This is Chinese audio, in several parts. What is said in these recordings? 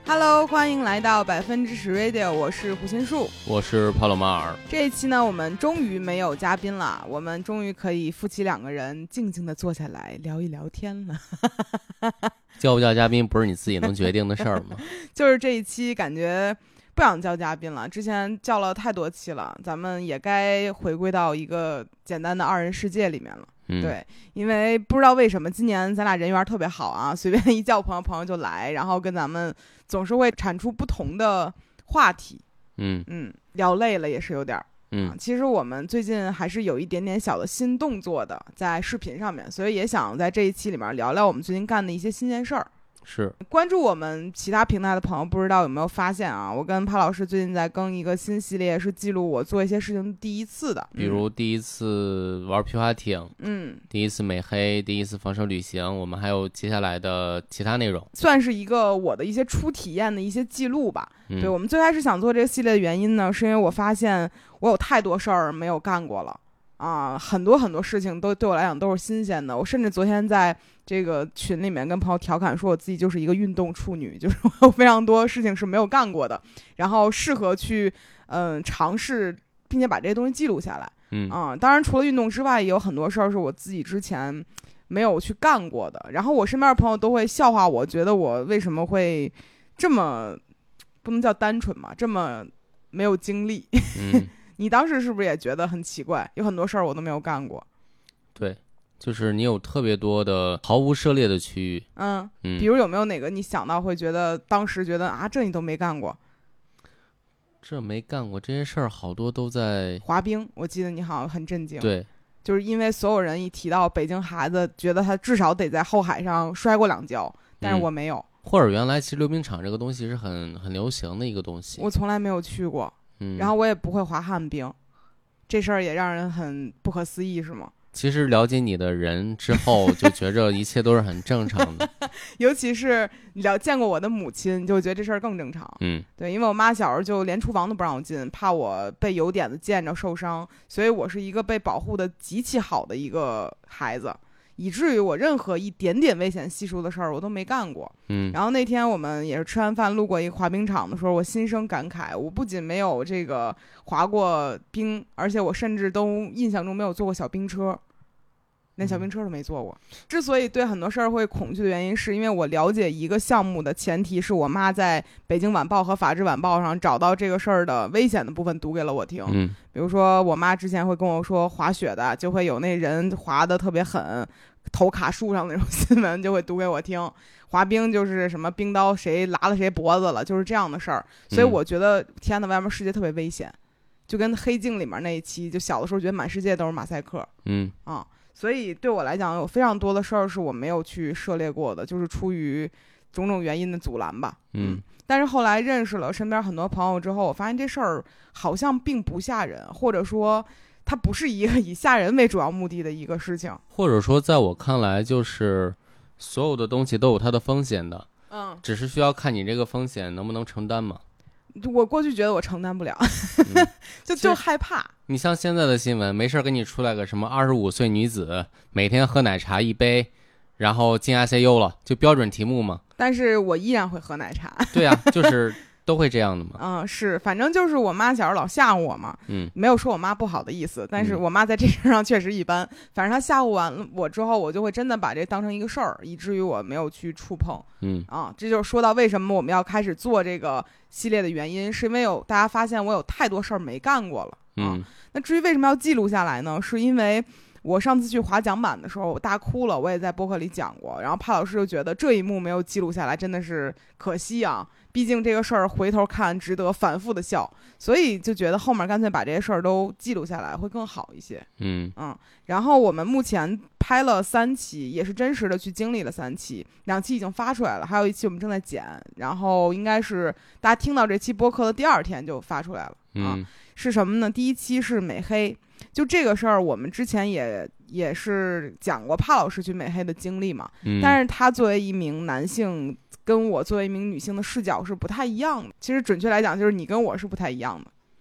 Hello， 欢迎来到10%Radio， 我是胡心树， 我是帕洛马尔。 这一期呢，我们终于没有嘉宾了，我们终于可以夫妻两个人静静的坐下来聊一聊天了。 叫不叫嘉宾不是你自己能决定的事儿吗？ 就是这一期感觉不想叫嘉宾了，之前叫了太多期了，咱们也该回归到一个简单的二人世界里面了。对，因为不知道为什么今年咱俩人缘特别好啊，随便一叫朋友就来，然后跟咱们总是会产出不同的话题。聊累了也是有点其实我们最近还是有一点点小的新动作的，在视频上面，所以也想在这一期里面聊聊我们最近干的一些新鲜事儿。 是关注我们其他平台的朋友不知道有没有发现啊，我跟帕老师最近在更一个新系列，是记录我做一些事情第一次的， 比如第一次玩皮划艇，第一次美黑，第一次房车旅行，我们还有接下来的其他内容， 算是一个我的一些初体验的一些记录吧。对，我们最开始想做这个系列的原因呢，是因为我发现我有太多事儿没有干过了啊，很多事情都对我来讲都是新鲜的。我甚至昨天在这个群里面跟朋友调侃说，我自己就是一个运动处女，就是我有非常多事情是没有干过的，然后适合去尝试，并且把这些东西记录下来。当然除了运动之外，也有很多事儿是我自己之前没有去干过的。然后我身边的朋友都会笑话我，觉得我为什么会这么不能叫单纯嘛，这么没有经历。你当时是不是也觉得很奇怪？有很多事儿我都没有干过。 对，就是你有特别多的毫无涉猎的区域。 比如有没有哪个你想到会觉得当时觉得啊，这你都没干过？ 这没干过这些事儿，好多都在滑冰。我记得你好像很震惊。 对， 就是因为所有人一提到北京孩子，觉得他至少得在后海上摔过2跤，但是我没有。 或者原来其实溜冰场这个东西是很流行的一个东西， 我从来没有去过。然后我也不会滑旱冰，这事儿也让人很不可思议，是吗？ 其实了解你的人之后，就觉着一切都是很正常的。 尤其是见过我的母亲，就觉得这事儿更正常。对，因为我妈小时候就连厨房都不让我进，怕我被油点子溅着受伤，所以我是一个被保护的极其好的一个孩子，以至于我任何一点点危险系数的事儿我都没干过。然后那天我们也是吃完饭路过一个滑冰场的时候，我心生感慨，我不仅没有这个滑过冰，而且我甚至都印象中没有坐过小冰车，连小冰车都没坐过。之所以对很多事儿会恐惧的原因，是因为我了解一个项目的前提是我妈在北京晚报和法制晚报上找到这个事儿的危险的部分读给了我听。比如说我妈之前会跟我说，滑雪的就会有那人滑得特别狠，头卡树上那种新闻就会读给我听，滑冰就是什么冰刀谁拉了谁脖子了，就是这样的事儿。所以我觉得天哪，外面世界特别危险，就跟黑镜里面那一期，就小的时候觉得满世界都是马赛克。所以对我来讲有非常多的事儿是我没有去涉猎过的，就是出于种种原因的阻拦吧。但是后来认识了身边很多朋友之后，我发现这事儿好像并不吓人，或者说它不是一个以吓人为主要目的的一个事情。 或者说在我看来，就是所有的东西都有它的风险的，只是需要看你这个风险能不能承担嘛。 我过去觉得我承担不了，就害怕。 你像现在的新闻，没事给你出来个什么25岁女子每天喝奶茶1杯，然后进 ICU 了，就标准题目嘛。 但是我依然会喝奶茶。对啊，就是都会这样的嘛。 是，反正就是我妈小时候老吓唬我嘛。没有说我妈不好的意思，但是我妈在这事上确实一般。反正她吓唬完了我之后，我就会真的把这当成一个事儿，以至于我没有去触碰。这就是说到为什么我们要开始做这个系列的原因，是因为大家发现我有太多事儿没干过了。那至于为什么要记录下来呢？是因为我上次去滑桨板的时候我大哭了，我也在播客里讲过，然后帕老师就觉得这一幕没有记录下来真的是可惜啊，毕竟这个事儿回头看值得反复的笑，所以就觉得后面干脆把这些事儿都记录下来会更好一些。然后我们目前拍了3期，也是真实的去经历了3期，2期已经发出来了，还有1期我们正在剪，然后应该是大家听到这期播客的第2天就发出来了。是什么呢？第1期是美黑，就这个事儿我们之前也是讲过帕老师去美黑的经历嘛。但是他作为一名男性跟我作为一名女性的视角是不太一样的，其实准确来讲就是你跟我是不太一样的。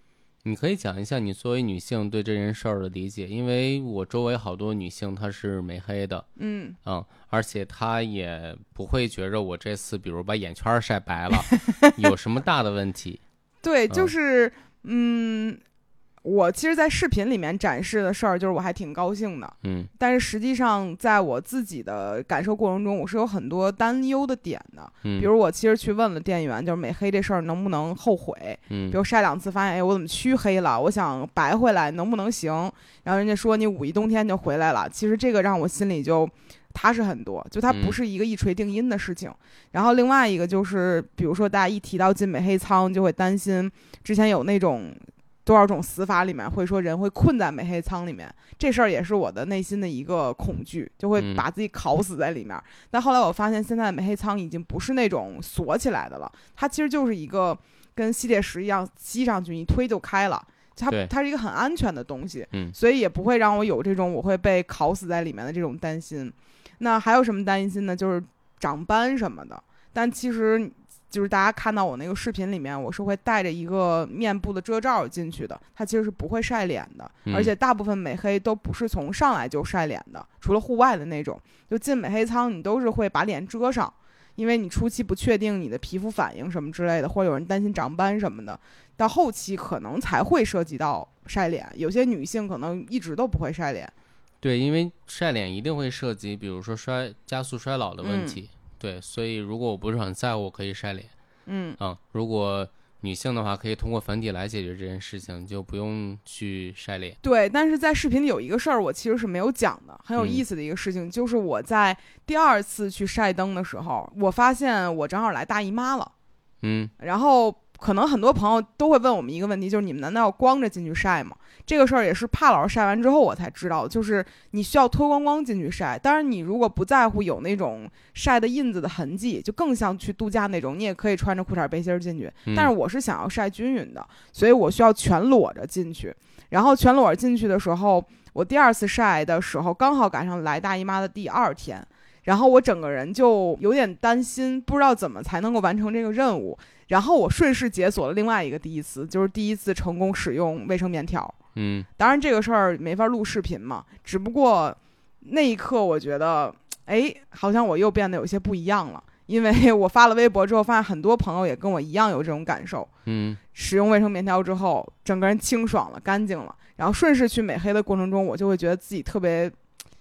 你可以讲一下你作为女性对这件事儿的理解，因为我周围好多女性她是美黑的，而且她也不会觉着我这次比如把眼圈晒白了有什么大的问题。 对，就是我其实在视频里面展示的事儿，就是我还挺高兴的，但是实际上在我自己的感受过程中，我是有很多担忧的点的，比如我其实去问了店员，就是美黑这事儿能不能后悔，比如晒2次发现，哎，我怎么黢黑了，我想白回来能不能行，然后人家说你5一冬天就回来了，其实这个让我心里就踏实很多，就它不是一个一锤定音的事情。然后另外一个就是，比如说大家一提到进美黑仓，就会担心之前有那种多少种死法里面会说人会困在美黑仓里面，这事儿也是我的内心的一个恐惧，就会把自己烤死在里面。但后来我发现现在的美黑仓已经不是那种锁起来的了，它其实就是一个跟吸铁石一样吸上去一推就开了，它是一个很安全的东西，所以也不会让我有这种我会被烤死在里面的这种担心。那还有什么担心呢？就是长斑什么的，但其实就是大家看到我那个视频里面，我是会带着一个面部的遮罩进去的，它其实是不会晒脸的，而且大部分美黑都不是从上来就晒脸的，除了户外的那种，就进美黑仓你都是会把脸遮上，因为你初期不确定你的皮肤反应什么之类的，或者有人担心长斑什么的，到后期可能才会涉及到晒脸，有些女性可能一直都不会晒脸。 对，因为晒脸一定会涉及比如说加速衰老的问题，对，所以如果我不是很在乎，我可以晒脸。如果女性的话，可以通过粉底来解决这件事情，就不用去晒脸。 对，但是在视频里有一个事儿，我其实是没有讲的，很有意思的一个事情，就是我在第2次去晒灯的时候，我发现我正好来大姨妈了。然后可能很多朋友都会问我们一个问题，就是你们难道要光着进去晒吗？这个事儿也是帕老师晒完之后我才知道，就是你需要脱光光进去晒。当然你如果不在乎有那种晒的印子的痕迹，就更像去度假那种，你也可以穿着裤衩背心进去，但是我是想要晒均匀的，所以我需要全裸着进去。然后全裸进去的时候，我第2次晒的时候刚好赶上来大姨妈的第2天，然后我整个人就有点担心，不知道怎么才能够完成这个任务。然后我顺势解锁了另外一个第1次，就是第1次成功使用卫生棉条。当然这个事儿没法录视频嘛，只不过那一刻我觉得，哎，好像我又变得有些不一样了，因为我发了微博之后，发现很多朋友也跟我一样有这种感受。使用卫生棉条之后，整个人清爽了，干净了，然后顺势去美黑的过程中，我就会觉得自己特别，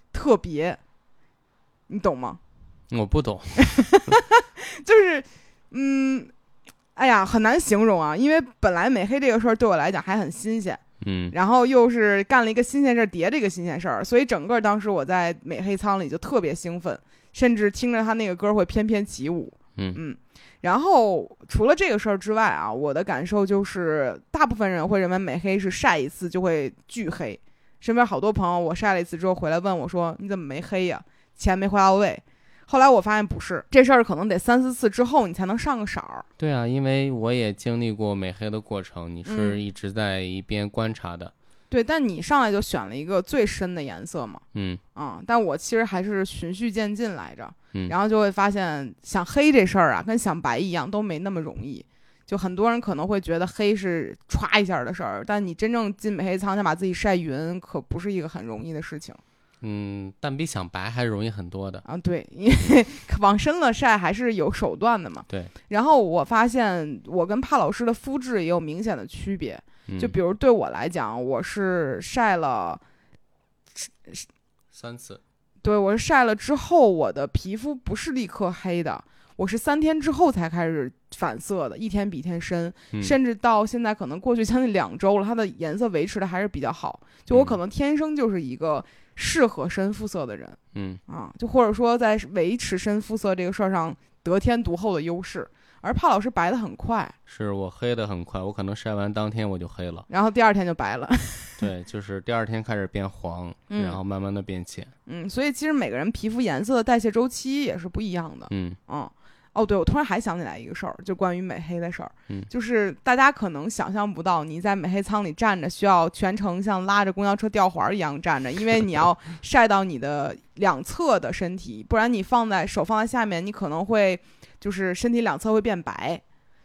你懂吗？ 我不懂， 就是哎呀，很难形容啊，因为本来美黑这个事儿对我来讲还很新鲜，然后又是干了一个新鲜事儿叠这个新鲜事儿，所以整个当时我在美黑仓里就特别兴奋，甚至听着他那个歌会翩翩起舞。然后除了这个事儿之外啊，我的感受就是大部分人会认为美黑是晒1次就会巨黑，身边好多朋友我晒了1次之后回来问我说你怎么没黑呀，钱没花到位。后来我发现不是，这事儿可能得3、4次之后你才能上个色儿。 对啊，因为我也经历过美黑的过程，你是一直在一边观察的。 对，但你上来就选了一个最深的颜色嘛。但我其实还是循序渐进来着。然后就会发现想黑这事儿啊，跟想白一样都没那么容易。就很多人可能会觉得黑是歘一下的事儿，但你真正进美黑仓想把自己晒匀，可不是一个很容易的事情。 但比想白还容易很多的啊。 对，因为往深了晒还是有手段的嘛。 对。然后我发现我跟帕老师的肤质也有明显的区别。就比如对我来讲，我是晒了 3次。 对，我是晒了之后，我的皮肤不是立刻黑的，我是3天之后才开始反色的，一天比一天深，甚至到现在可能过去将近2周了，它的颜色维持的还是比较好。就我可能天生就是一个适合深肤色的人，就或者说在维持深肤色这个事儿上得天独厚的优势。而帕老师白的很快， 是我黑的很快，我可能晒完当天我就黑了， 然后第2天就白了。 对，就是第2天开始变黄，然后慢慢的变浅。 所以其实每个人皮肤颜色的代谢周期也是不一样的。对，我突然还想起来一个事儿，就关于美黑的事儿。就是大家可能想象不到，你在美黑仓里站着，需要全程像拉着公交车吊环一样站着，因为你要晒到你的2侧的身体，不然你手放在下面，你可能会就是身体2侧会变白。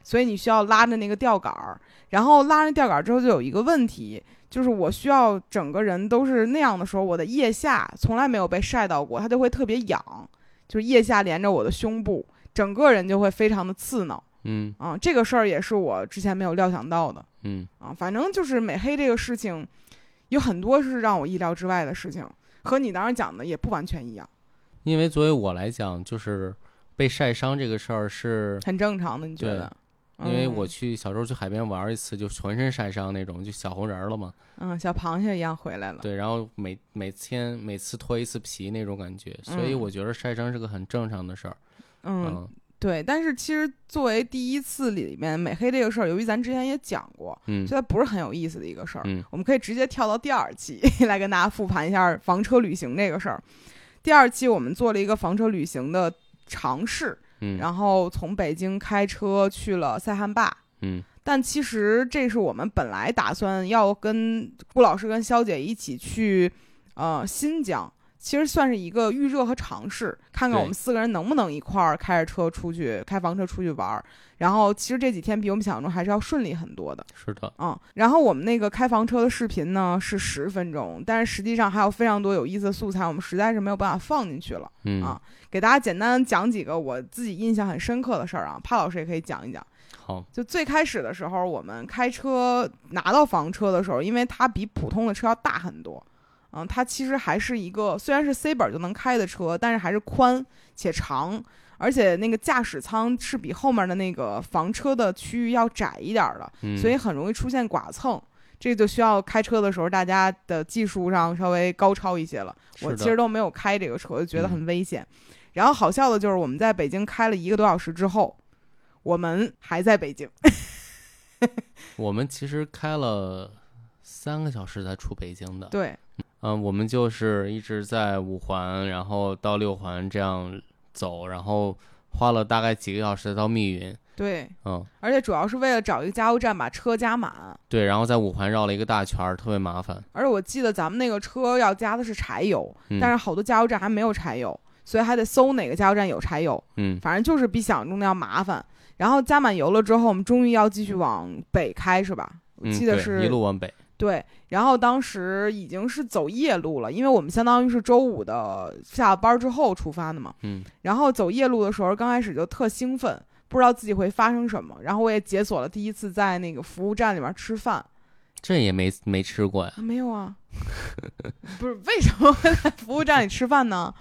所以你需要拉着那个吊杆儿，然后拉着吊杆儿之后就有一个问题，就是我需要整个人都是那样的时候，我的腋下从来没有被晒到过，它就会特别痒，就是腋下连着我的胸部，整个人就会非常的刺挠。这个事儿也是我之前没有料想到的。反正就是美黑这个事情有很多是让我意料之外的事情，和你当时讲的也不完全一样。 因为作为我来讲，就是被晒伤这个事儿是很正常的，你觉得？ 因为我小时候去海边玩一次，就浑身晒伤那种，就小红人了嘛。 小螃蟹一样回来了。 对，然后每次脱一次皮那种感觉，所以我觉得晒伤是个很正常的事儿。 对，但是其实作为第一次里面美黑这个事儿，由于咱之前也讲过，所以它不是很有意思的一个事儿。我们可以直接跳到第2期来跟大家复盘一下房车旅行这个事儿。第2期我们做了一个房车旅行的尝试，然后从北京开车去了塞罕坝。但其实这是我们本来打算要跟顾老师跟肖姐一起去新疆。其实算是一个预热和尝试，看看我们4个人能不能一块儿开房车出去玩。然后其实这几天比我们想象中还是要顺利很多的。 是的。 然后我们那个开房车的视频呢是10分钟，但是实际上还有非常多有意思的素材，我们实在是没有办法放进去了。给大家简单讲几个我自己印象很深刻的事儿啊，帕老师也可以讲一讲。 好， 就最开始的时候，我们开车拿到房车的时候，因为它比普通的车要大很多。它其实还是一个虽然是 C 本就能开的车，但是还是宽且长，而且那个驾驶舱是比后面的那个房车的区域要窄一点的，所以很容易出现剐蹭。这就需要开车的时候大家的技术上稍微高超一些了。我其实都没有开这个车，就觉得很危险。然后好笑的就是我们在北京开了1个多小时之后，我们还在北京。 我们其实开了3个小时才出北京的。 对。 我们就是一直在5环，然后到6环这样走，然后花了大概几个小时到密云。 对，而且主要是为了找一个加油站把车加满。 对，然后在5环绕了一个大圈，特别麻烦。 而且我记得咱们那个车要加的是柴油，但是好多加油站还没有柴油，所以还得搜哪个加油站有柴油。反正就是比想象中的要麻烦。然后加满油了之后，我们终于要继续往北开，是吧？我记得是一路往北。 对，然后当时已经是走夜路了，因为我们相当于是周5的下了班之后出发的嘛。然后走夜路的时候，刚开始就特兴奋，不知道自己会发生什么。然后我也解锁了第一次在那个服务站里面吃饭。 这也没吃过呀？ 没有啊。不是，为什么会在服务站里吃饭呢？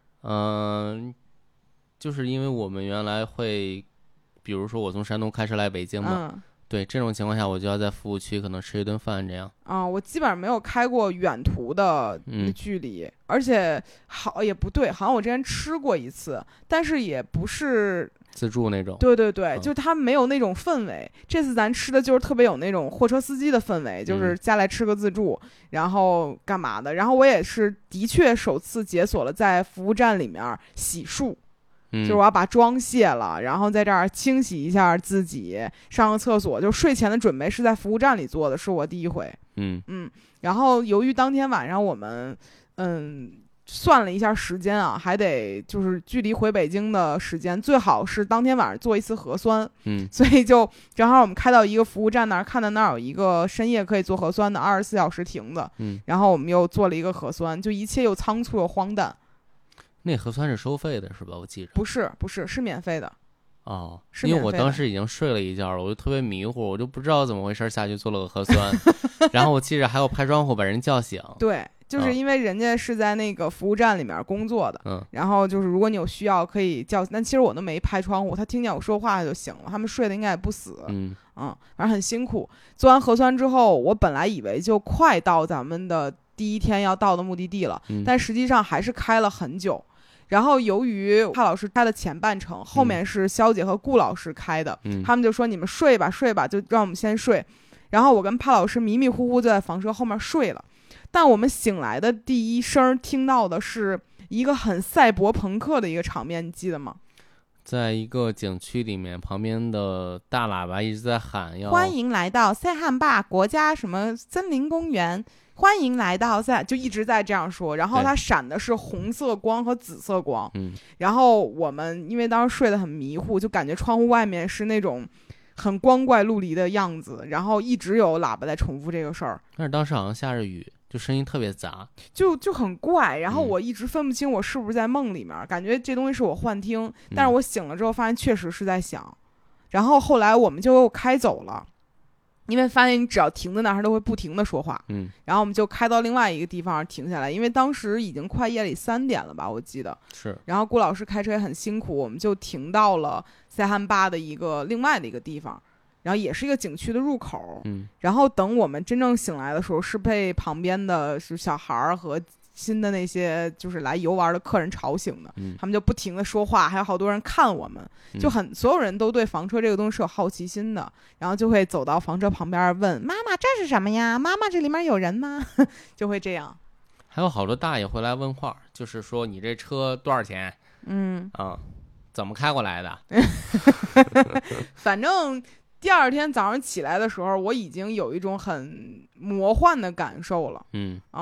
就是因为我们原来会，比如说我从山东开车来北京嘛。对，这种情况下我就要在服务区可能吃一顿饭这样。 我基本上没有开过远途的距离，而且也不对，好像我之前吃过一次，但是也不是自助那种。 对对对，就它没有那种氛围。这次咱吃的就是特别有那种货车司机的氛围，就是下来吃个自助，然后干嘛的。然后我也是的确首次解锁了在服务站里面洗漱。就是我要把妆卸了，然后在这儿清洗一下自己，上个厕所。就睡前的准备是在服务站里做的，是我第一回。然后由于当天晚上我们算了一下时间啊，还得就是距离回北京的时间最好是当天晚上做一次核酸。所以就正好我们开到一个服务站那儿，看到那儿有一个深夜可以做核酸的24小时停的。然后我们又做了一个核酸，就一切又仓促又荒诞。 那核酸是收费的是吧？我记着不是，是免费的。 因为我当时已经睡了一觉了，我就特别迷糊，我就不知道怎么回事下去做了个核酸。然后我记着还要拍窗户把人叫醒。 对，就是因为人家是在那个服务站里面工作的。然后就是如果你有需要可以叫，但其实我都没拍窗户，他听见我说话就醒了，他们睡的应该也不死。反正很辛苦。做完核酸之后，我本来以为就快到咱们的第1天要到的目的地了，但实际上还是开了很久。然后由于帕老师开的前半程，后面是肖姐和顾老师开的，他们就说你们睡吧，就让我们先睡。然后我跟帕老师迷迷糊糊就在房车后面睡了。但我们醒来的第一声听到的是一个很赛博朋克的一个场面，你记得吗？ 在一个景区里面，旁边的大喇叭一直在喊要欢迎来到塞罕坝国家什么森林公园，欢迎来到就一直在这样说。然后它闪的是红色光和紫色光。然后我们因为当时睡得很迷糊，就感觉窗户外面是那种很光怪陆离的样子，然后一直有喇叭在重复这个事儿。 但是当时好像下着雨，就声音特别杂， 就很怪。然后我一直分不清我是不是在梦里面，感觉这东西是我幻听，但是我醒了之后发现确实是在响。然后后来我们就又开走了，因为发现你只要停在那儿，它都会不停的说话。然后我们就开到另外一个地方停下来，因为当时已经快夜里3点了吧，我记得是。 然后顾老师开车也很辛苦，我们就停到了塞罕坝的另外的一个地方，然后也是一个景区的入口。然后等我们真正醒来的时候，是被旁边的是小孩和新的那些就是来游玩的客人吵醒的。他们就不停的说话，还有好多人看我们，就所有人都对房车这个东西是有好奇心的，然后就会走到房车旁边问妈妈这是什么呀，妈妈这里面有人吗？就会这样。 还有好多大爷会来问话，就是说你这车多少钱？怎么开过来的？ 反正第二天早上起来的时候，我已经有一种很魔幻的感受了。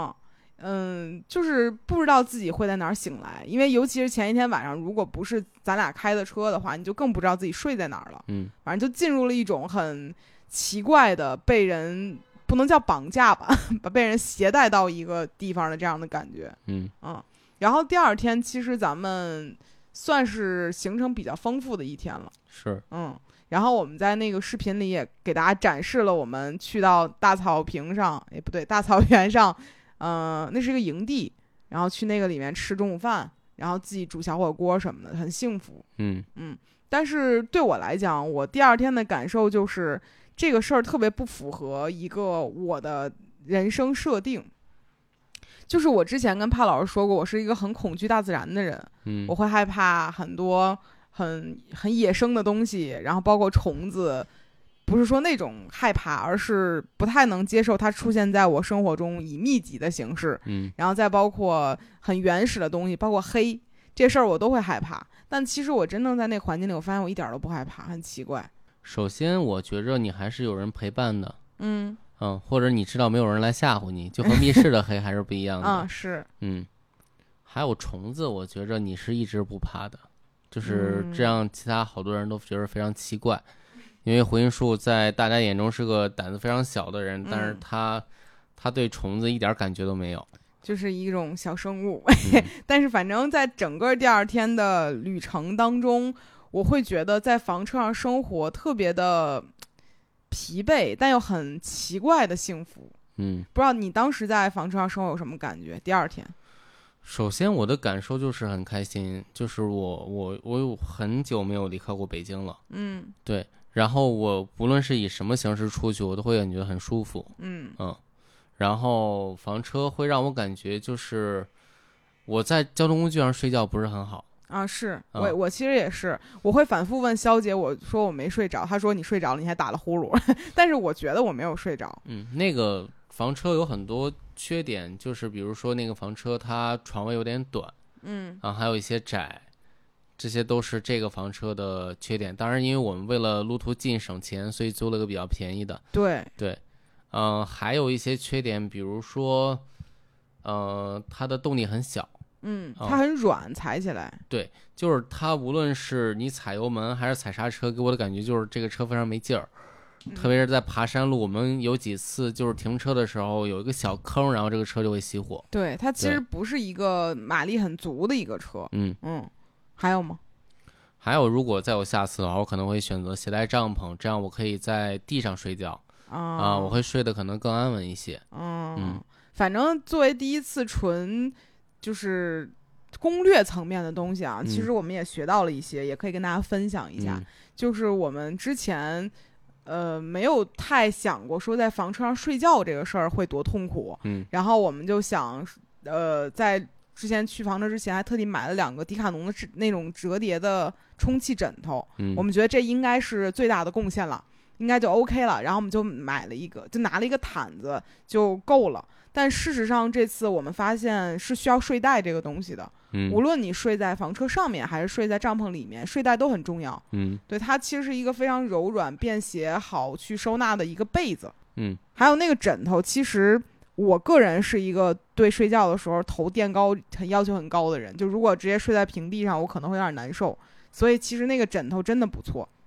就是不知道自己会在哪儿醒来，因为尤其是前一天晚上，如果不是咱俩开的车的话，你就更不知道自己睡在哪儿了。反正就进入了一种很奇怪的被人不能叫绑架吧，被人携带到一个地方的这样的感觉。然后第二天其实咱们算是行程比较丰富的一天了。 是。 然后我们在那个视频里也给大家展示了我们去到大草坪上，不对，大草原上。那是一个营地，然后去那个里面吃中午饭，然后自己煮小火锅什么的，很幸福。但是对我来讲，我第二天的感受就是这个事儿特别不符合一个我的人生设定。就是我之前跟帕老师说过，我是一个很恐惧大自然的人。我会害怕很多很野生的东西，然后包括虫子。不是说那种害怕，而是不太能接受它出现在我生活中以密集的形式。然后再包括很原始的东西，包括黑这事儿我都会害怕。但其实我真正在那个环境里，我发现我一点都不害怕，很奇怪。 首先我觉着你还是有人陪伴的。或者你知道没有人来吓唬你，就和密室的黑还是不一样的。 是。 还有虫子，我觉着你是一直不怕的，就是这样其他好多人都觉得非常奇怪。因为胡银树在大家眼中是个胆子非常小的人，但是他对虫子一点感觉都没有， 就是一种小生物。但是反正在整个第二天的旅程当中，我会觉得在房车上生活特别的疲惫，但又很奇怪的幸福。不知道你当时在房车上生活有什么感觉？第二天， 首先我的感受就是很开心，就是我有很久没有离开过北京了。对。然后我不论是以什么形式出去，我都会感觉很舒服。然后房车会让我感觉就是我在交通工具上睡觉不是很好是我其实也是，我会反复问肖姐，我说我没睡着，她说你睡着了，你还打了呼噜。但是我觉得我没有睡着。 那个房车有很多缺点，就是比如说那个房车它床位有点短，还有一些窄。这些都是这个房车的缺点。当然因为我们为了路途近省钱，所以租了个比较便宜的。对。还有一些缺点，比如说它的动力很小。 它很软，踩起来。 对，就是它无论是你踩油门还是踩刹车，给我的感觉就是这个车非常没劲儿。特别是在爬山路，我们有几次就是停车的时候有一个小坑，然后这个车就会熄火。 对，它其实不是一个马力很足的一个车。还有吗？ 还有，如果再有下次的话，我可能会选择携带帐篷，这样我可以在地上睡觉。我会睡得可能更安稳一些。 反正作为第一次纯就是攻略层面的东西其实我们也学到了一些，也可以跟大家分享一下。就是我们之前没有太想过说在房车上睡觉这个事儿会多痛苦。然后我们就想在之前去房车之前还特地买了2个迪卡侬的那种折叠的充气枕头。我们觉得这应该是最大的贡献了，应该就 OK 了。然后我们就买了一个，就拿了一个毯子就够了。但事实上这次我们发现是需要睡袋这个东西的。无论你睡在房车上面还是睡在帐篷里面，睡袋都很重要。对，它其实是一个非常柔软便携好去收纳的一个被子。还有那个枕头，其实我个人是一个对睡觉的时候头垫高要求很高的人，就如果直接睡在平地上我可能会有点难受，所以其实那个枕头真的不错。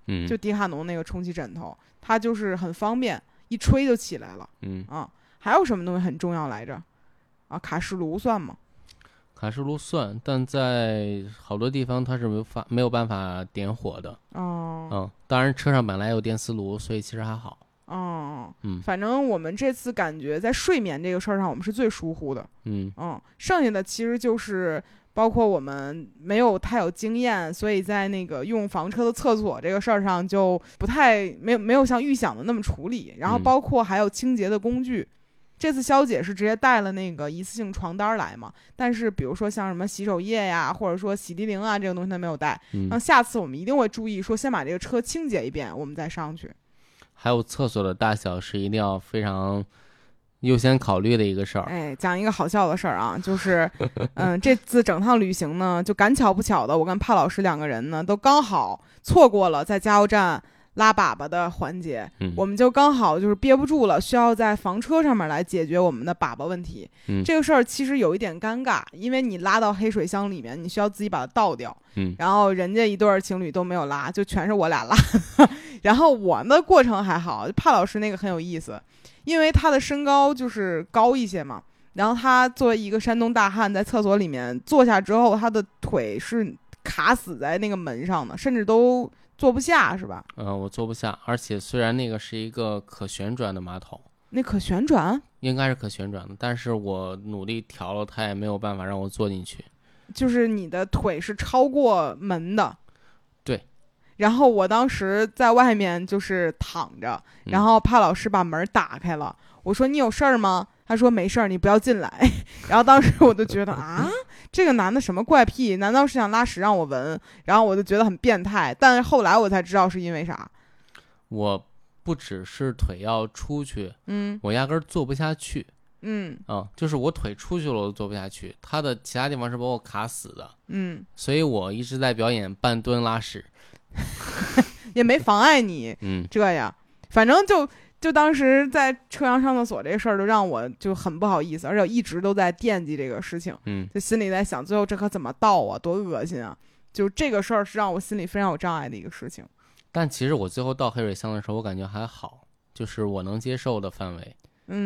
就迪卡侬那个充气枕头，它就是很方便，一吹就起来了。还有什么东西很重要来着？卡式炉算吗？ 卡式炉算，但在好多地方它是没有办法点火的。当然车上本来有电磁炉，所以其实还好。 反正我们这次感觉在睡眠这个事儿上，我们是最疏忽的。剩下的其实就是包括我们没有太有经验，所以在那个用房车的厕所这个事儿上就不太没有像预想的那么处理。然后包括还有清洁的工具。这次肖姐是直接带了那个一次性床单来嘛，但是比如说像什么洗手液呀，或者说洗涤灵啊，这个东西她没有带。那下次我们一定会注意，说先把这个车清洁一遍，我们再上去。 还有厕所的大小是一定要非常优先考虑的一个事儿。 讲一个好笑的事儿啊，就是这次整趟旅行呢，就赶巧不巧的，我跟帕老师2个人呢，都刚好错过了在加油站拉粑粑的环节。我们就刚好就是憋不住了，需要在房车上面来解决我们的粑粑问题。这个事儿其实有一点尴尬，因为你拉到黑水箱里面，你需要自己把它倒掉。然后人家一对情侣都没有拉，就全是我俩拉。然后我的过程还好，帕老师那个很有意思，因为他的身高就是高一些嘛，然后他作为一个山东大汉，在厕所里面坐下之后，他的腿是卡死在那个门上的，甚至都坐不下，是吧？ 我坐不下，而且虽然那个是一个可旋转的马桶， 那可旋转应该是可旋转的，但是我努力调了，它也没有办法让我坐进去。 就是你的腿是超过门的。 对。 然后我当时在外面就是躺着，然后帕老师把门打开了，我说你有事儿吗？他说没事儿，你不要进来。然后当时我就觉得这个男的什么怪癖？难道是想拉屎让我闻？然后我就觉得很变态。但是后来我才知道是因为啥。 我不只是腿要出去，我压根儿坐不下去。就是我腿出去了我都坐不下去，他的其他地方是把我卡死的。所以我一直在表演半蹲拉屎。 也没妨碍你这样。反正就当时在车上上厕所这个事儿，就让我就很不好意思，而且我一直都在惦记这个事情。就心里在想，最后这可怎么倒啊，多恶心啊！就这个事儿是让我心里非常有障碍的一个事情。 但其实我最后倒黑水箱的时候，我感觉还好，就是我能接受的范围。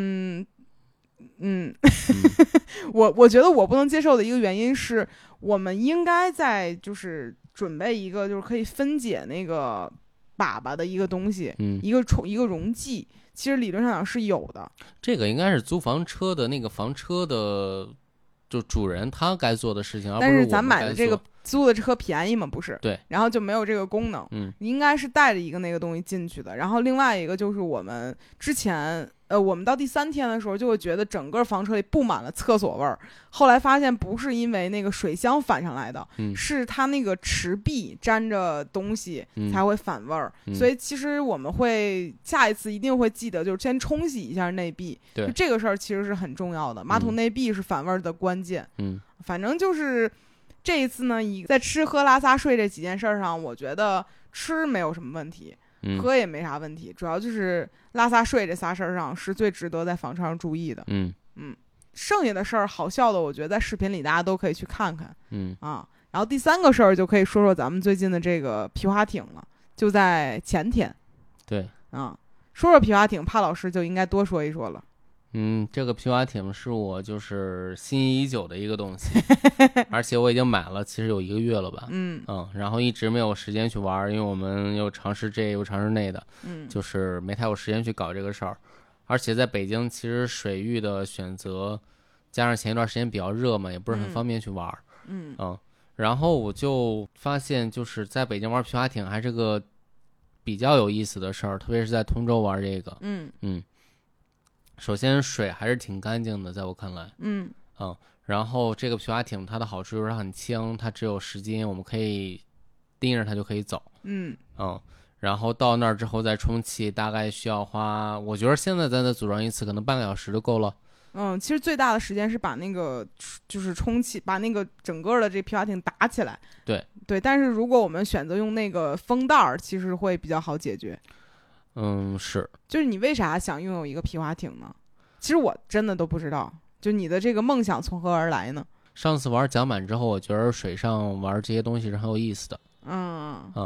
我觉得我不能接受的一个原因是，我们应该在就是准备一个就是可以分解那个粑粑的一个东西，一个溶剂，其实理论上讲是有的。这个应该是租房车的那个房车的就主人他该做的事情， 但是咱买的这个租的车便宜嘛，不是？ 对， 然后就没有这个功能。应该是带着一个那个东西进去的。然后另外一个就是我们之前我们到第3天的时候就会觉得整个房车里布满了厕所味儿，后来发现不是因为那个水箱反上来的，是它那个池壁沾着东西才会反味儿。所以其实我们会下一次一定会记得，就是先冲洗一下内壁。 对， 就这个事儿其实是很重要的，马桶内壁是反味儿的关键。反正就是这一次呢，在吃喝拉撒睡这几件事上，我觉得吃没有什么问题，喝也没啥问题，主要就是拉撒睡这仨事儿上是最值得在房车上注意的。剩下的事儿好笑的，我觉得在视频里大家都可以去看看。然后第3个事儿就可以说说咱们最近的这个皮划艇了，就在前天。 对， 说说皮划艇，帕老师就应该多说一说了。 这个皮划艇是我就是心仪已久的一个东西，而且我已经买了，其实有1个月了吧。然后一直没有时间去玩，因为我们又尝试这又尝试那的，就是没太有时间去搞这个事儿。而且在北京，其实水域的选择，加上前一段时间比较热嘛，也不是很方便去玩。然后我就发现，就是在北京玩皮划艇还是个比较有意思的事儿，特别是在通州玩这个。首先水还是挺干净的，在我看来。然后这个皮划艇它的好处就是它很轻，它只有10斤，我们可以盯着它就可以走。然后到那儿之后再充气，大概需要花，我觉得现在咱再组装一次可能半个小时就够了。 其实最大的时间是把那个就是充气，把那个整个的这皮划艇打起来。对，但是如果我们选择用那个风袋儿，其实会比较好解决。 是。 就是你为啥想拥有一个皮划艇呢？其实我真的都不知道，就你的这个梦想从何而来呢？ 上次玩桨板之后，我觉得水上玩这些东西是很有意思的。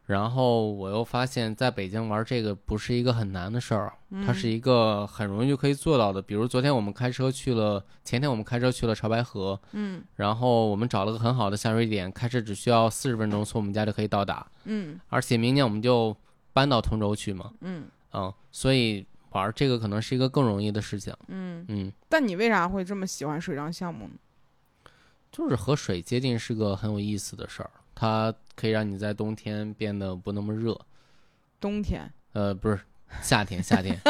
然后我又发现在北京玩这个不是一个很难的事儿，它是一个很容易就可以做到的。比如前天我们开车去了潮白河，然后我们找了个很好的下水点，开车只需要40分钟从我们家就可以到达，而且明年我们就搬到通州去嘛，所以玩这个可能是一个更容易的事情， 但你为啥会这么喜欢水上项目呢？ 就是和水接近是个很有意思的事儿，它可以让你在冬天变得不那么热。 冬天？ 不是，夏天。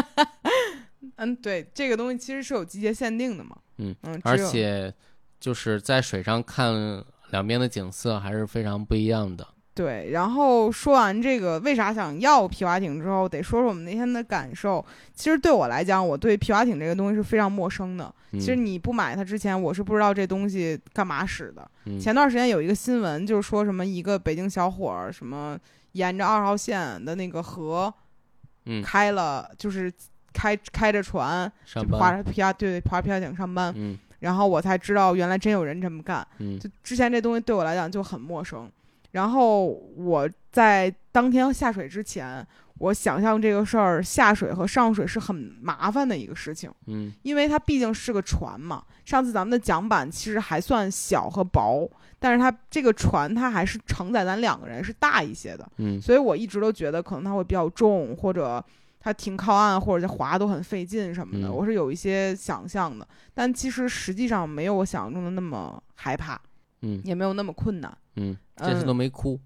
对，这个东西其实是有季节限定的嘛。 而且就是在水上看两边的景色还是非常不一样的。 对，然后说完这个为啥想要皮划艇之后，得说说我们那天的感受。其实对我来讲，我对皮划艇这个东西是非常陌生的。其实你不买它之前，我是不知道这东西干嘛使的。前段时间有一个新闻，就是说什么一个北京小伙儿什么沿着2号线的那个河，开了，就是开着船划皮划艇上班。然后我才知道原来真有人这么干。就之前这东西对我来讲就很陌生。然后我在当天下水之前，我想象这个事儿下水和上水是很麻烦的一个事情，因为它毕竟是个船嘛。上次咱们的桨板其实还算小和薄，但是它这个船它还是承载咱2个人是大一些的，所以我一直都觉得可能它会比较重，或者它停靠岸或者划都很费劲什么的，我是有一些想象的，但其实实际上没有我想象中的那么害怕，也没有那么困难。 这次都没哭。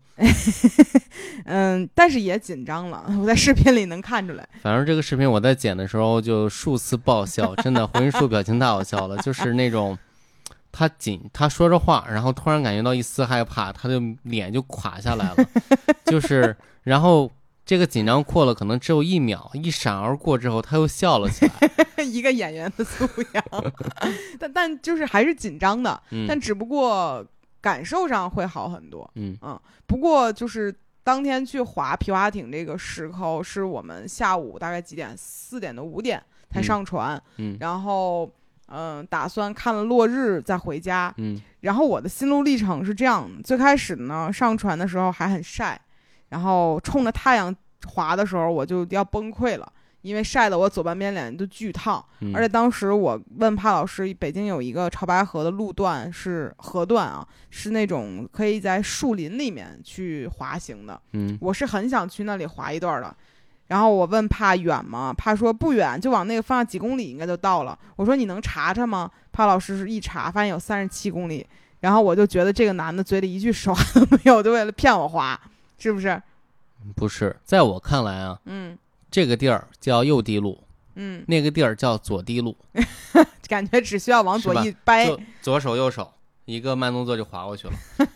但是也紧张了，我在视频里能看出来。 反正这个视频我在剪的时候就数次爆笑，真的浑身说表情太好笑了。就是那种他说着话，然后突然感觉到一丝害怕，他的脸就垮下来了，就是然后这个紧张过了可能只有1秒，一闪而过之后他又笑了起来。 一个演员的素养。但就是还是紧张的，但只不过感受上会好很多。不过就是当天去划皮划艇这个时候是我们下午大概几点，4点到5点才上船，然后打算看了落日再回家。然后我的心路历程是这样，最开始呢上船的时候还很晒，然后冲着太阳划的时候我就要崩溃了，因为晒得我左半边脸都巨烫。而且当时我问帕老师，北京有一个潮白河的路段是河段啊，是那种可以在树林里面去滑行的。我是很想去那里滑一段的。然后我问帕远吗？帕说不远，就往那个方向几公里应该就到了。我说你能查查吗？帕老师是一查发现有37公里。然后我就觉得这个男的嘴里一句实话都没有，就为了骗我滑，是不是？ 不是，在我看来啊，这个地儿叫右地路，那个地儿叫左地路。 感觉只需要往左一掰， 左手右手一个慢动作就滑过去了。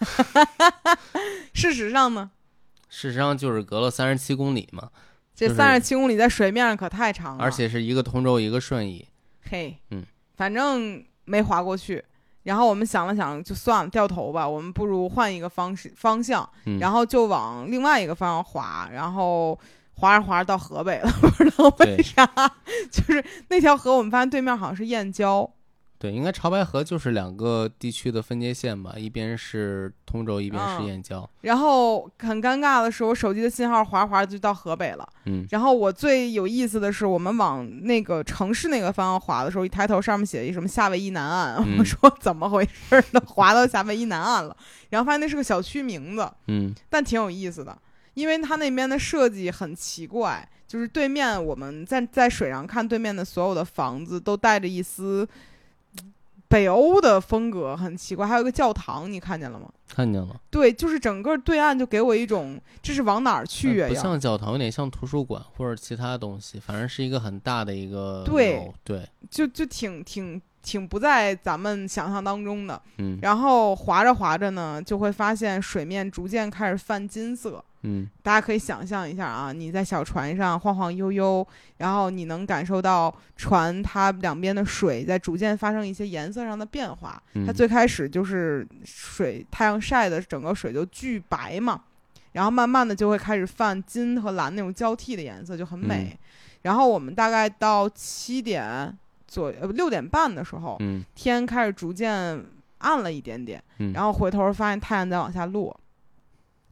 事实上呢？ 事实上就是隔了37公里嘛。 这37公里在水面上可太长了， 而且是一个通州一个顺义。 嘿，反正没滑过去。然后我们想了想，就算了，掉头吧，我们不如换一个方向，然后就往另外一个方向滑，然后滑着滑着到河北了，不知道为啥，就是那条河我们发现对面好像是燕郊。 对，应该潮白河就是2个地区的分界线吧，一边是通州，一边是燕郊。 然后很尴尬的是，我手机的信号滑滑就到河北了。然后我最有意思的是，我们往那个城市那个方向滑的时候，一抬头上面写一什么夏威夷南岸，我说怎么回事呢？滑到夏威夷南岸了，然后发现那是个小区名字。但挺有意思的，因为它那边的设计很奇怪，就是对面我们在水上看对面的所有的房子都带着一丝北欧的风格，很奇怪。还有一个教堂，你看见了吗？ 看见了。对， 就是整个对岸就给我一种这是往哪儿去啊？ 不像教堂，有点像图书馆或者其他东西，反正是一个很大的一个。 对，就挺不在咱们想象当中的。然后滑着滑着呢，就会发现水面逐渐开始泛金色。大家可以想象一下啊，你在小船上晃晃悠悠，然后你能感受到船它两边的水在逐渐发生一些颜色上的变化。它最开始就是太阳晒的整个水就巨白嘛，然后慢慢的就会开始泛金和蓝那种交替的颜色，就很美。然后我们大概到6点半的时候，天开始逐渐暗了一点点，然后回头发现太阳在往下落。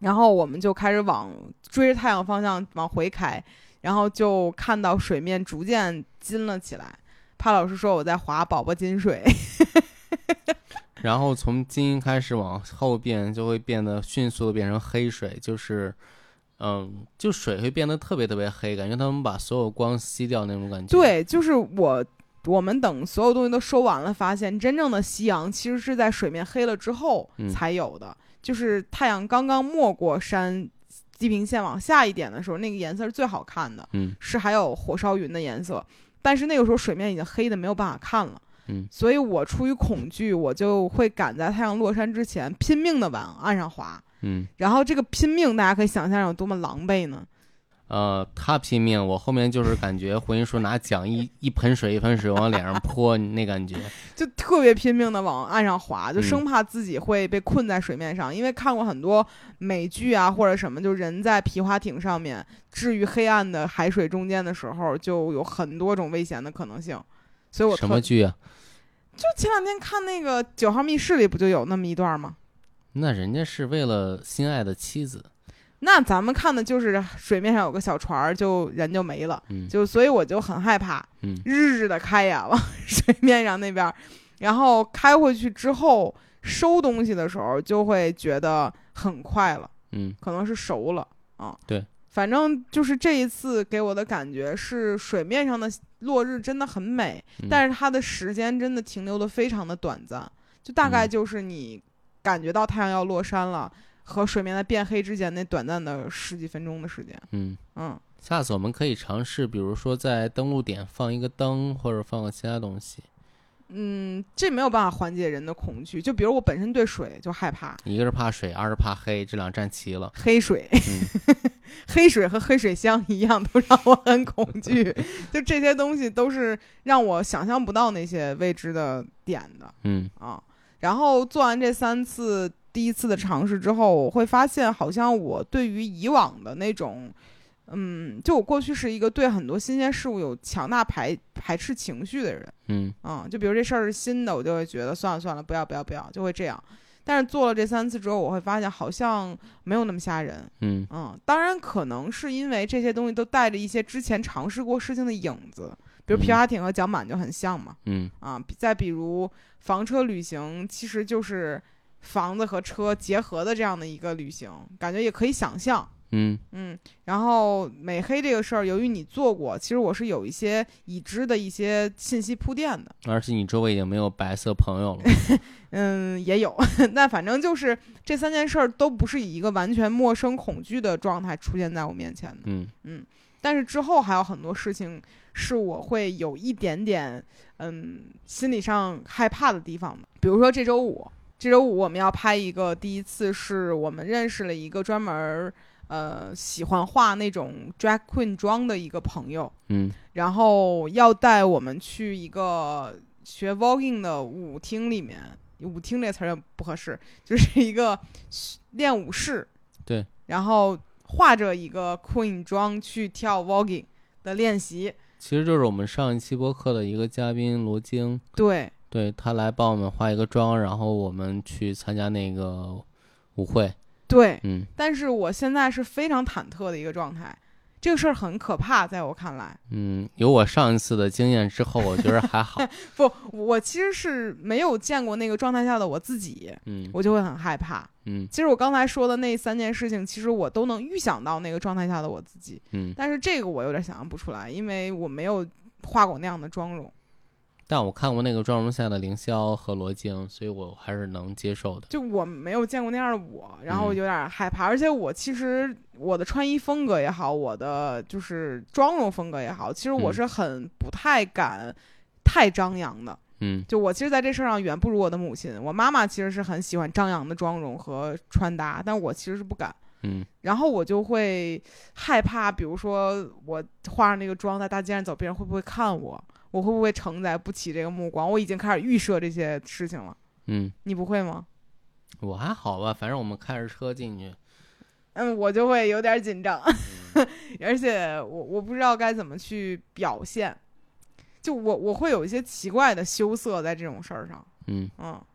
然后我们就开始追着太阳方向往回开，然后就看到水面逐渐金了起来。帕老师说我在划宝宝金水。 然后从金开始往后变，就会变得迅速的变成黑水，就是就水会变得特别特别黑，感觉他们把所有光吸掉那种感觉。 对，就是我们等所有东西都收完了，发现真正的夕阳其实是在水面黑了之后才有的。就是太阳刚刚没过山地平线往下一点的时候，那个颜色是最好看的，是还有火烧云的颜色。但是那个时候水面已经黑的没有办法看了，所以我出于恐惧，我就会赶在太阳落山之前拼命的往岸上滑，然后这个拼命大家可以想象有多么狼狈呢？ 他拼命，我后面就是感觉回音叔拿桨一盆水往脸上泼，那感觉就特别拼命的往岸上滑，就生怕自己会被困在水面上。因为看过很多美剧啊或者什么，就人在皮划艇上面置于黑暗的海水中间的时候，就有很多种危险的可能性。所以我什么剧啊？ 就前两天看那个《9号密室》里不就有那么一段吗？ 那人家是为了心爱的妻子。 那咱们看的就是水面上有个小船，就人就没了，所以我就很害怕，日的开呀往水面上那边，然后开回去之后收东西的时候就会觉得很快了，可能是熟了啊。 对， 反正就是这一次给我的感觉是水面上的落日真的很美，但是它的时间真的停留的非常的短暂，就大概就是你感觉到太阳要落山了。和水面的变黑之间那短暂的10几分钟的时间。 下次我们可以尝试，比如说在登陆点放一个灯，或者放个其他东西。 这没有办法缓解人的恐惧。就比如我本身对水就害怕， 一个是怕水，二是怕黑，这两站齐了。 黑水，黑水和黑水箱一样，都让我很恐惧。就这些东西都是让我想象不到那些未知的点的。然后做完这第一次的尝试之后，我会发现好像我对于以往的那种就我过去是一个对很多新鲜事物有强大排斥情绪的人。就比如这事儿是新的，我就会觉得算了不要，就会这样。但是做了这3次之后，我会发现好像没有那么吓人。当然可能是因为这些东西都带着一些之前尝试过事情的影子，比如皮划艇和桨板就很像嘛。再比如房车旅行，其实就是房子和车结合的这样的一个旅行，感觉也可以想象。然后美黑这个事儿，由于你做过，其实我是有一些已知的一些信息铺垫的， 而且你周围已经没有白色朋友了。 也有。那反正就是这3件事儿都不是以一个完全陌生恐惧的状态出现在我面前的。但是之后还有很多事情是我会有一点点心理上害怕的地方的。比如说这周五我们要拍一个，第一次是我们认识了一个专门喜欢画那种 drag queen 妆的一个朋友，然后要带我们去一个学 voguing 的舞厅里面，舞厅这词儿也不合适，就是一个练舞室， 对， 然后画着一个 queen 妆去跳 voguing 的练习， 其实就是我们上一期播客的一个嘉宾罗京，对他来帮我们画一个妆，然后我们去参加那个舞会。 对，但是我现在是非常忐忑的一个状态，这个事儿很可怕，在我看来。 有我上一次的经验之后，我觉得还好。 不，我其实是没有见过那个状态下的我自己，我就会很害怕。其实我刚才说的那3件事情，其实我都能预想到那个状态下的我自己。但是这个我有点想象不出来，因为我没有画过那样的妆容。 但我看过那个妆容下的凌霄和罗京，所以我还是能接受的。 就我没有见过那样的我，然后有点害怕。而且我其实我的穿衣风格也好，我的就是妆容风格也好，其实我是很不太敢太张扬的。就我其实在这事上远不如我的母亲。我妈妈其实是很喜欢张扬的妆容和穿搭，但我其实是不敢。然后我就会害怕，比如说我化上那个妆在大街上走，别人会不会看我？我会不会承载不起这个目光？我已经开始预设这些事情了。你不会吗？ 我还好吧，反正我们开着车进去。 我就会有点紧张，而且我不知道该怎么去表现。就我会有一些奇怪的羞涩在这种事儿上。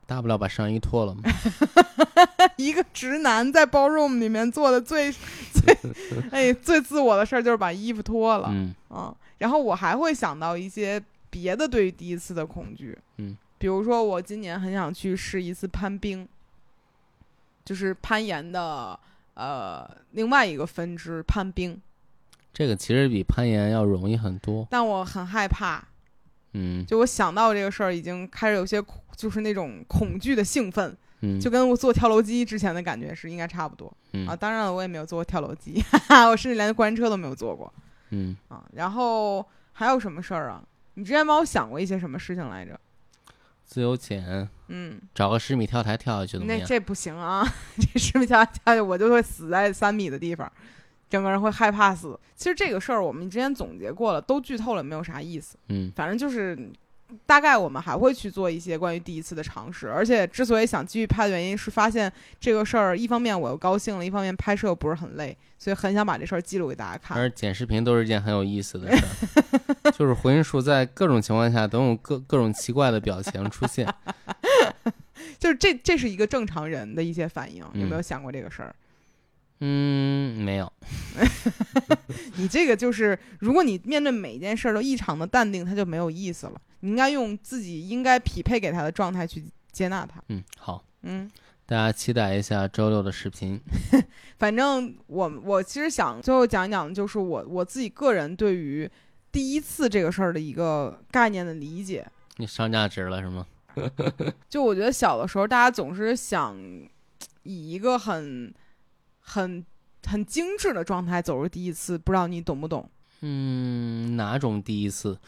大不了把上衣脱了嘛。 一个直男在包 room 里面做的最自我的事儿就是把衣服脱了。然后我还会想到一些别的对于第一次的恐惧。比如说我今年很想去试一次攀冰，就是攀岩的另外一个分支攀冰。 这个其实比攀岩要容易很多， 但我很害怕。就我想到这个事儿已经开始有些就是那种恐惧的兴奋。就跟我坐跳楼机之前的感觉是应该差不多。当然了，我也没有坐过跳楼机，我甚至连过山车都没有坐过。然后还有什么事儿啊？你之前帮我想过一些什么事情来着？ 自由潜，找个10米跳台跳下去怎么样？ 那这不行啊，这10米跳台跳下去我就会死在3米的地方，整个人会害怕死。其实这个事儿我们之前总结过了，都剧透了，没有啥意思。反正就是大概我们还会去做一些关于第一次的尝试，而且之所以想继续拍的原因是发现这个事儿一方面我又高兴了，一方面拍摄不是很累，所以很想把这事儿记录给大家看。 而剪视频都是一件很有意思的事儿，就是回音树在各种情况下都有各种奇怪的表情出现。 就是这是一个正常人的一些反应，有没有想过这个事儿？ 没有。 你这个就是，如果你面对每一件事都异常的淡定，它就没有意思了。你应该用自己应该匹配给他的状态去接纳它。 好。大家期待一下周六的视频。 反正我其实想最后讲一讲的就是我自己个人对于第一次这个事儿的一个概念的理解。 你上价值了是吗？ 就我觉得小的时候大家总是想以一个很精致的状态走入第一次，不知道你懂不懂？ 哪种第一次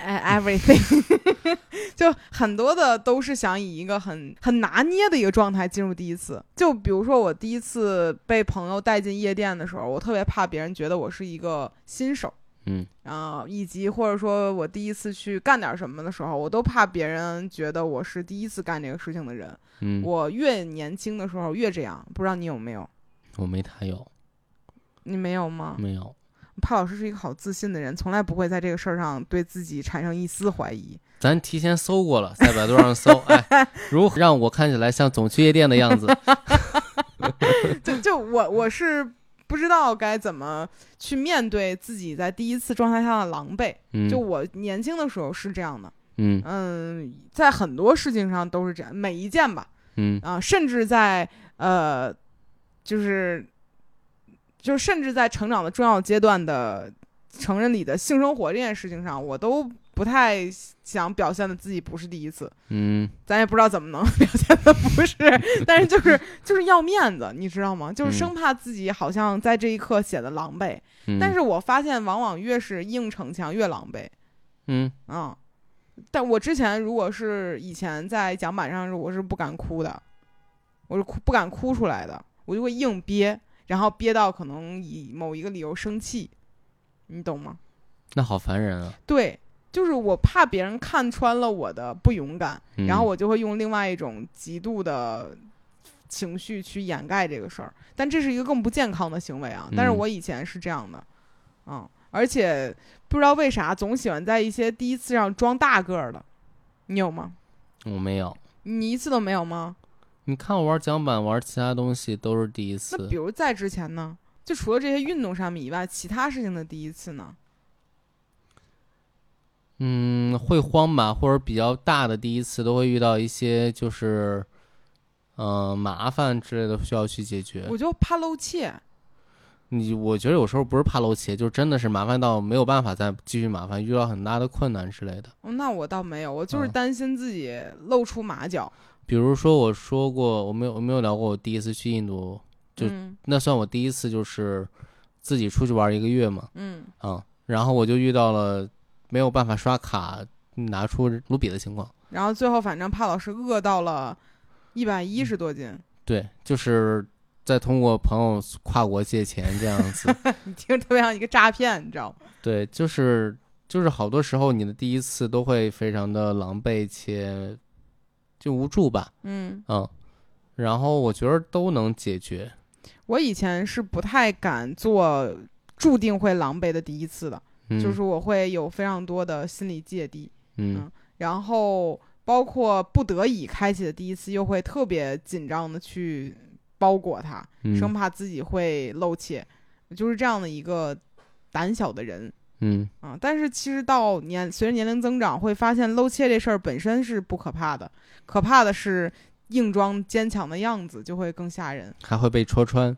？Everything 就很多的都是想以一个很拿捏的一个状态进入第一次。就比如说我第一次被朋友带进夜店的时候，我特别怕别人觉得我是一个新手。以及或者说我第一次去干点什么的时候，我都怕别人觉得我是第一次干这个事情的人。我越年轻的时候越这样，不知道你有没有？ 我没他有。 你没有吗？ 没有。 帕老师是一个好自信的人，从来不会在这个事儿上对自己产生一丝怀疑。 咱提前搜过了，在百度上搜，如何让我看起来像总去夜店的样子？ 就我是不知道该怎么去面对自己在第一次状态下的狼狈。就我年轻的时候是这样的。在很多事情上都是这样，每一件吧。甚至在就甚至在成长的重要阶段的成人礼的性生活这件事情上，我都不太想表现的自己不是第一次。咱也不知道怎么能表现的不是，但是就是要面子，你知道吗？就是生怕自己好像在这一刻显得狼狈。但是我发现往往越是硬逞强越狼狈。但我之前如果是以前在讲板上，我是不敢哭的，我是不敢哭出来的，我就会硬憋，然后憋到可能以某一个理由生气，你懂吗？ 那好烦人啊。 对，就是我怕别人看穿了我的不勇敢，然后我就会用另外一种极度的情绪去掩盖这个事儿，但这是一个更不健康的行为啊。但是我以前是这样的。而且不知道为啥总喜欢在一些第一次上装大个儿的，你有吗？ 我没有。 你一次都没有吗？ 你看我玩桨板玩其他东西都是第一次。 那比如在之前呢，就除了这些运动上面以外，其他事情的第一次呢？ 会慌吧，或者比较大的第一次都会遇到一些就是麻烦之类的需要去解决。 我就怕露怯。 我觉得有时候不是怕露怯，就真的是麻烦到没有办法再继续麻烦，遇到很大的困难之类的。 那我倒没有，我就是担心自己露出马脚。 比如说我说过，我没有聊过我第一次去印度，就那算我第一次就是自己出去玩1个月嘛。然后我就遇到了没有办法刷卡拿出卢比的情况， 然后最后反正帕老师饿到了110多斤。 对，就是再通过朋友跨国借钱这样子。 你听着特别像一个诈骗，你知道吗？ 对，就是好多时候你的第一次都会非常的狼狈且就无助吧。然后我觉得都能解决。 我以前是不太敢做注定会狼狈的第一次的。就是我会有非常多的心理芥蒂。然后包括不得已开启的第一次，又会特别紧张的去包裹它，生怕自己会露怯，就是这样的一个胆小的人。但是其实到随着年龄增长，会发现露怯这事儿本身是不可怕的，可怕的是硬装坚强的样子就会更吓人， 还会被戳穿。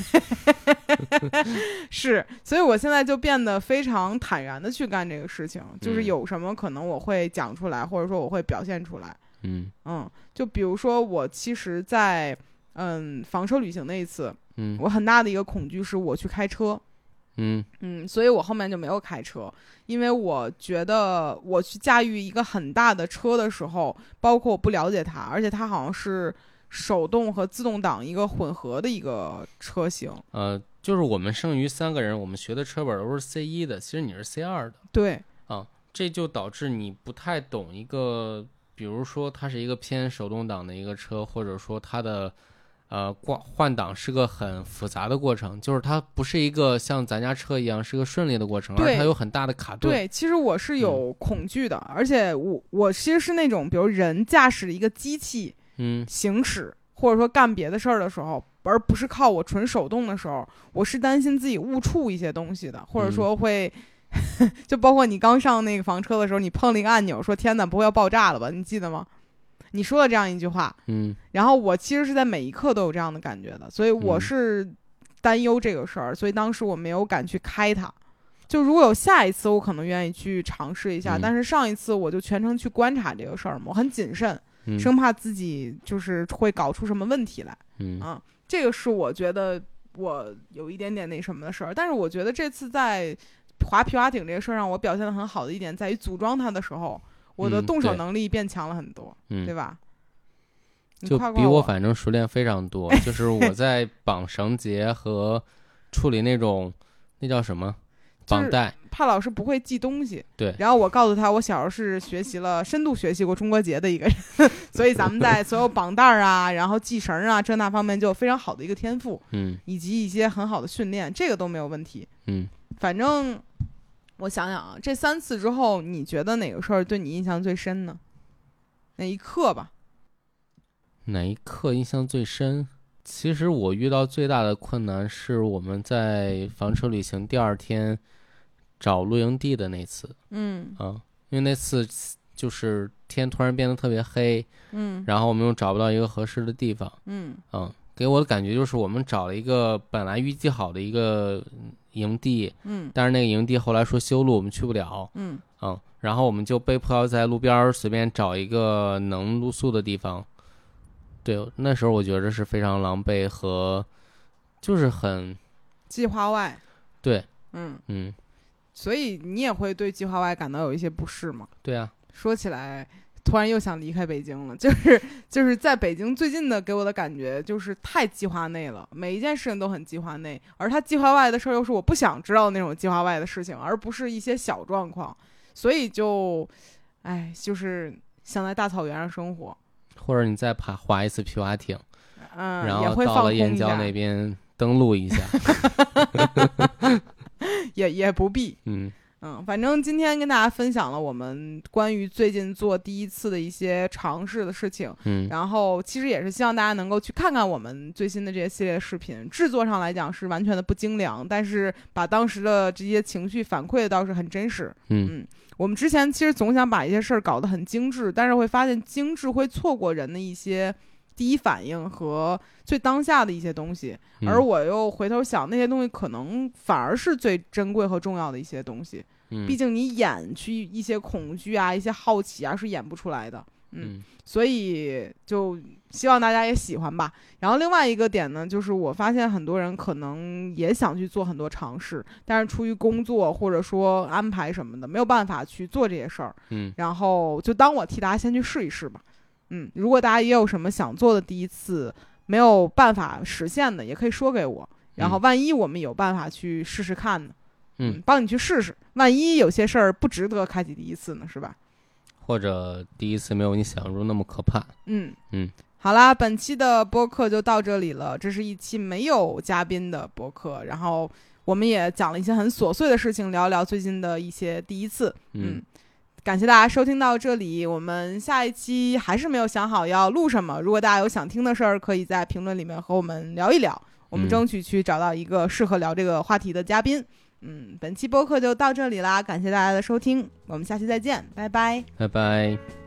是，所以我现在就变得非常坦然的去干这个事情，就是有什么可能我会讲出来，或者说我会表现出来。就比如说我其实在房车旅行那一次，我很大的一个恐惧是我去开车。所以我后面就没有开车，因为我觉得我去驾驭一个很大的车的时候，包括我不了解它，而且它好像是手动和自动挡一个混合的一个车型。 就是我们剩余3个人，我们学的车本都是 C1 的，其实你是 C2 的。 对， 这就导致你不太懂一个，比如说它是一个偏手动挡的一个车，或者说它的换挡是个很复杂的过程，就是它不是一个像咱家车一样是个顺利的过程，而它有很大的卡顿。 对，其实我是有恐惧的，而且我其实是那种，比如人驾驶一个机器行驶或者说干别的事儿的时候，而不是靠我纯手动的时候，我是担心自己误触一些东西的，或者说会就包括你刚上那个房车的时候，你碰了一个按钮，说天哪，不会要爆炸了吧？你记得吗？你说了这样一句话，然后我其实是在每一刻都有这样的感觉的，所以我是担忧这个事儿，所以当时我没有敢去开它。就如果有下一次，我可能愿意去尝试一下，但是上一次我就全程去观察这个事儿嘛，我很谨慎，生怕自己就是会搞出什么问题来。这个是我觉得我有一点点那什么的事儿，但是我觉得这次在滑皮划艇这个事儿上，我表现得很好的一点在于组装它的时候，我的动手能力变强了很多，对吧？ 就比我反正熟练非常多。就是我在绑绳结和处理那种那叫什么绑带， 帕老师不会记东西。 对。 然后我告诉他，我小时候是深度学习过中国结的一个人，所以咱们在所有绑带啊，然后系绳啊这那方面就有非常好的一个天赋，以及一些很好的训练，这个都没有问题。反正。我想想啊，这3次之后，你觉得哪个事儿对你印象最深呢？哪一刻吧？ 哪一刻印象最深？其实我遇到最大的困难是我们在房车旅行第2天找露营地的那次。因为那次就是天突然变得特别黑，然后我们又找不到一个合适的地方。给我的感觉就是我们找了一个本来预计好的一个营地，但是那个营地后来说修路，我们去不了，然后我们就被迫要在路边随便找一个能露宿的地方。对，那时候我觉得是非常狼狈和就是很计划外。 对， 所以你也会对计划外感到有一些不适吗？ 对啊， 说起来突然又想离开北京了，就是在北京最近的给我的感觉就是太计划内了，每一件事情都很计划内，而他计划外的事儿又是我不想知道的那种计划外的事情，而不是一些小状况，所以就是想在大草原上生活， 或者你再划一次皮划艇，然后也会到了燕郊那边登陆一下， 也不必，反正今天跟大家分享了我们关于最近做第一次的一些尝试的事情，然后其实也是希望大家能够去看看我们最新的这些系列视频，制作上来讲是完全的不精良，但是把当时的这些情绪反馈的倒是很真实。我们之前其实总想把一些事儿搞得很精致，但是会发现精致会错过人的一些第一反应和最当下的一些东西，而我又回头想那些东西可能反而是最珍贵和重要的一些东西，毕竟你演去一些恐惧啊一些好奇啊是演不出来的，所以就希望大家也喜欢吧。然后另外一个点呢，就是我发现很多人可能也想去做很多尝试，但是出于工作或者说安排什么的没有办法去做这些事儿，然后就当我替大家先去试一试吧。如果大家也有什么想做的第一次没有办法实现的，也可以说给我，然后万一我们有办法去试试看呢，帮你去试试，万一有些事儿不值得开启第一次呢，是吧？ 或者第一次没有你想象中那么可怕。 好啦，本期的播客就到这里了，这是一期没有嘉宾的播客，然后我们也讲了一些很琐碎的事情，聊聊最近的一些第一次。 感谢大家收听到这里，我们下一期还是没有想好要录什么，如果大家有想听的事儿，可以在评论里面和我们聊一聊，我们争取去找到一个适合聊这个话题的嘉宾。本期播客就到这里啦，感谢大家的收听，我们下期再见，拜拜， 拜拜。